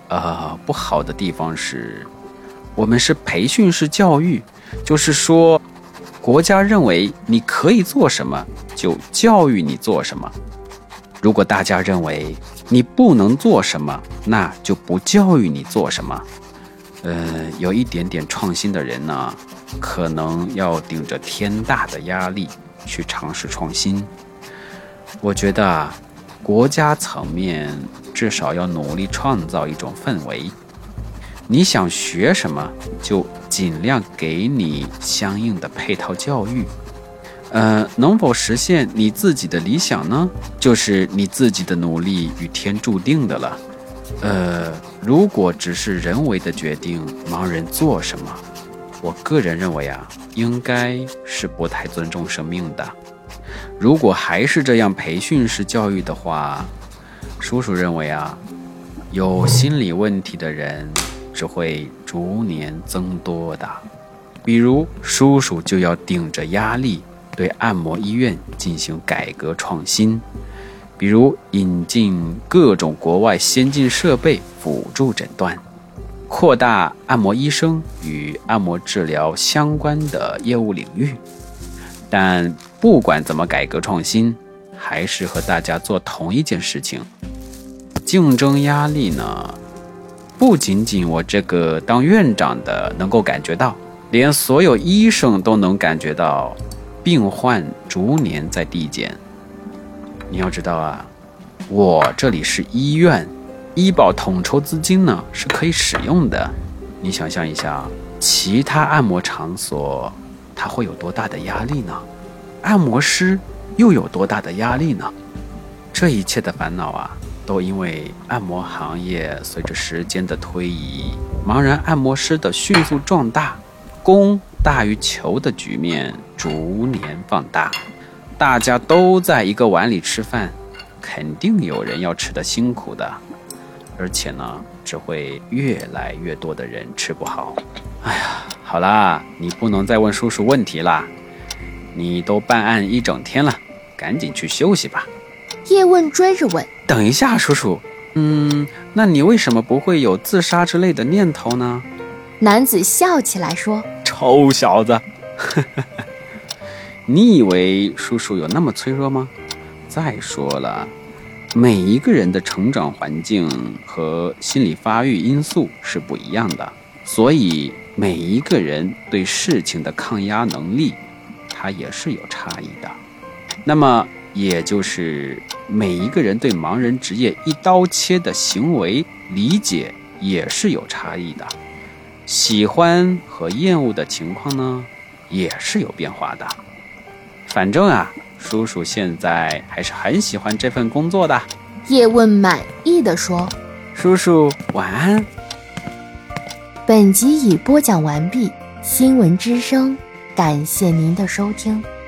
不好的地方是，我们是培训式教育，就是说，国家认为你可以做什么，就教育你做什么。如果大家认为你不能做什么，那就不教育你做什么。有一点点创新的人呢，可能要顶着天大的压力去尝试创新。我觉得国家层面至少要努力创造一种氛围，你想学什么就尽量给你相应的配套教育。能否实现你自己的理想呢？就是你自己的努力与天注定的了。如果只是人为的决定盲人做什么，我个人认为应该是不太尊重生命的。如果还是这样培训式教育的话，叔叔认为有心理问题的人只会逐年增多的。比如叔叔就要顶着压力对按摩医院进行改革创新，比如引进各种国外先进设备辅助诊断，扩大按摩医生与按摩治疗相关的业务领域。但不管怎么改革创新，还是和大家做同一件事情。竞争压力呢，不仅仅我这个当院长的能够感觉到，连所有医生都能感觉到，病患逐年在递减。你要知道我这里是医院，医保统筹资金呢是可以使用的。你想象一下，其他按摩场所它会有多大的压力呢？按摩师又有多大的压力呢？这一切的烦恼都因为按摩行业随着时间的推移，盲人按摩师的迅速壮大，供大于求的局面逐年放大。大家都在一个碗里吃饭，肯定有人要吃得辛苦的，而且呢，只会越来越多的人吃不好。好啦，你不能再问叔叔问题啦，你都办案一整天了，赶紧去休息吧。 叶问追着问， 等一下叔叔，那你为什么不会有自杀之类的念头呢？ 男子笑起来说， 臭小子你以为叔叔有那么脆弱吗？再说了，每一个人的成长环境和心理发育因素是不一样的，所以每一个人对事情的抗压能力它也是有差异的。那么也就是每一个人对盲人职业一刀切的行为理解也是有差异的，喜欢和厌恶的情况呢也是有变化的。反正叔叔现在还是很喜欢这份工作的。 叶问满意地说， 叔叔晚安。 本集已播讲完毕，新闻之声，感谢您的收听。